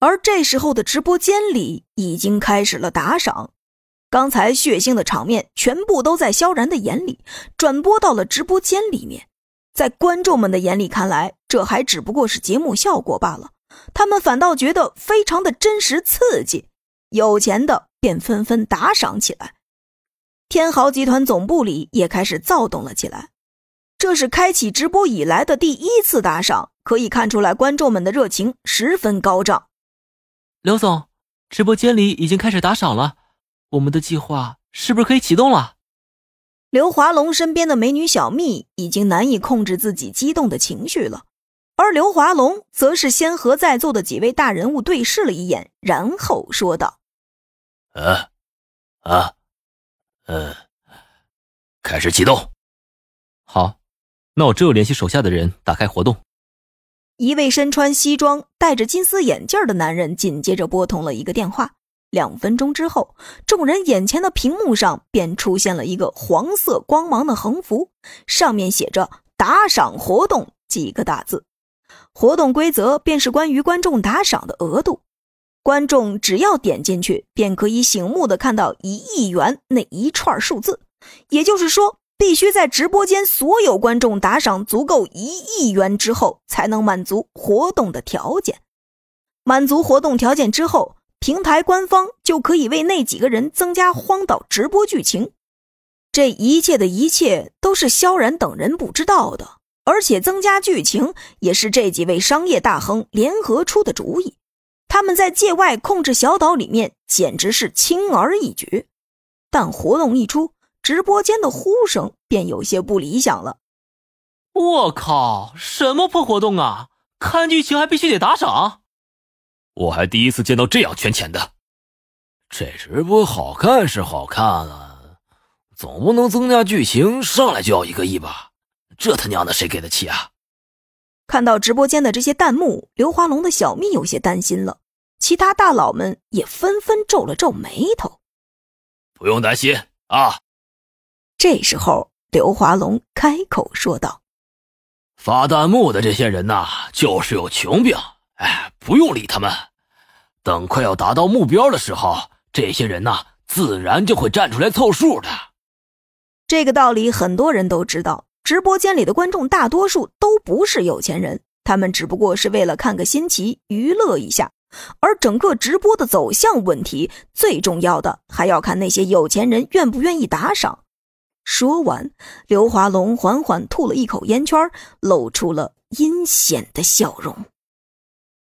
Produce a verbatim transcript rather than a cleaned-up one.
而这时候的直播间里已经开始了打赏，刚才血腥的场面全部都在萧然的眼里转播到了直播间里面。在观众们的眼里看来，这还只不过是节目效果罢了，他们反倒觉得非常的真实刺激，有钱的便纷纷打赏起来。天豪集团总部里也开始躁动了起来，这是开启直播以来的第一次打赏，可以看出来观众们的热情十分高涨。 刘总，直播间里已经开始打赏了，我们的计划是不是可以启动了？ 刘华龙身边的美女小蜜已经难以控制自己激动的情绪了，而刘华龙则是先和在座的几位大人物对视了一眼，然后说道： 呃啊呃开始启动。 好，那我只有联系手下的人打开活动。 一位身穿西装戴着金丝眼镜的男人紧接着拨通了一个电话。两分钟之后，众人眼前的屏幕上便出现了一个黄色光芒的横幅，上面写着打赏活动几个大字。活动规则便是关于观众打赏的额度，观众只要点进去便可以醒目的看到一亿元那一串数字，也就是说必须在直播间所有观众打赏足够一亿元之后才能满足活动的条件。满足活动条件之后，平台官方就可以为那几个人增加荒岛直播剧情。这一切的一切都是萧然等人不知道的，而且增加剧情也是这几位商业大亨联合出的主意。他们在界外控制小岛里面简直是轻而易举。但活动一出，直播间的呼声便有些不理想了。 我靠，什么破活动啊，看剧情还必须得打赏？ 我还第一次见到这样圈钱的。这直播好看是好看啊，总不能增加剧情上来就要一个亿吧？这他娘的谁给得起啊？ 看到直播间的这些弹幕，刘华龙的小蜜有些担心了，其他大佬们也纷纷皱了皱眉头。 不用担心啊。 这时候刘华龙开口说道： 发弹幕的这些人呐、啊，就是有穷病，哎，不用理他们。等快要达到目标的时候，这些人呐、啊，自然就会站出来凑数的。 这个道理很多人都知道，直播间里的观众大多数都不是有钱人，他们只不过是为了看个新奇娱乐一下，而整个直播的走向问题，最重要的还要看那些有钱人愿不愿意打赏。说完，刘华龙缓缓吐了一口烟圈，露出了阴险的笑容。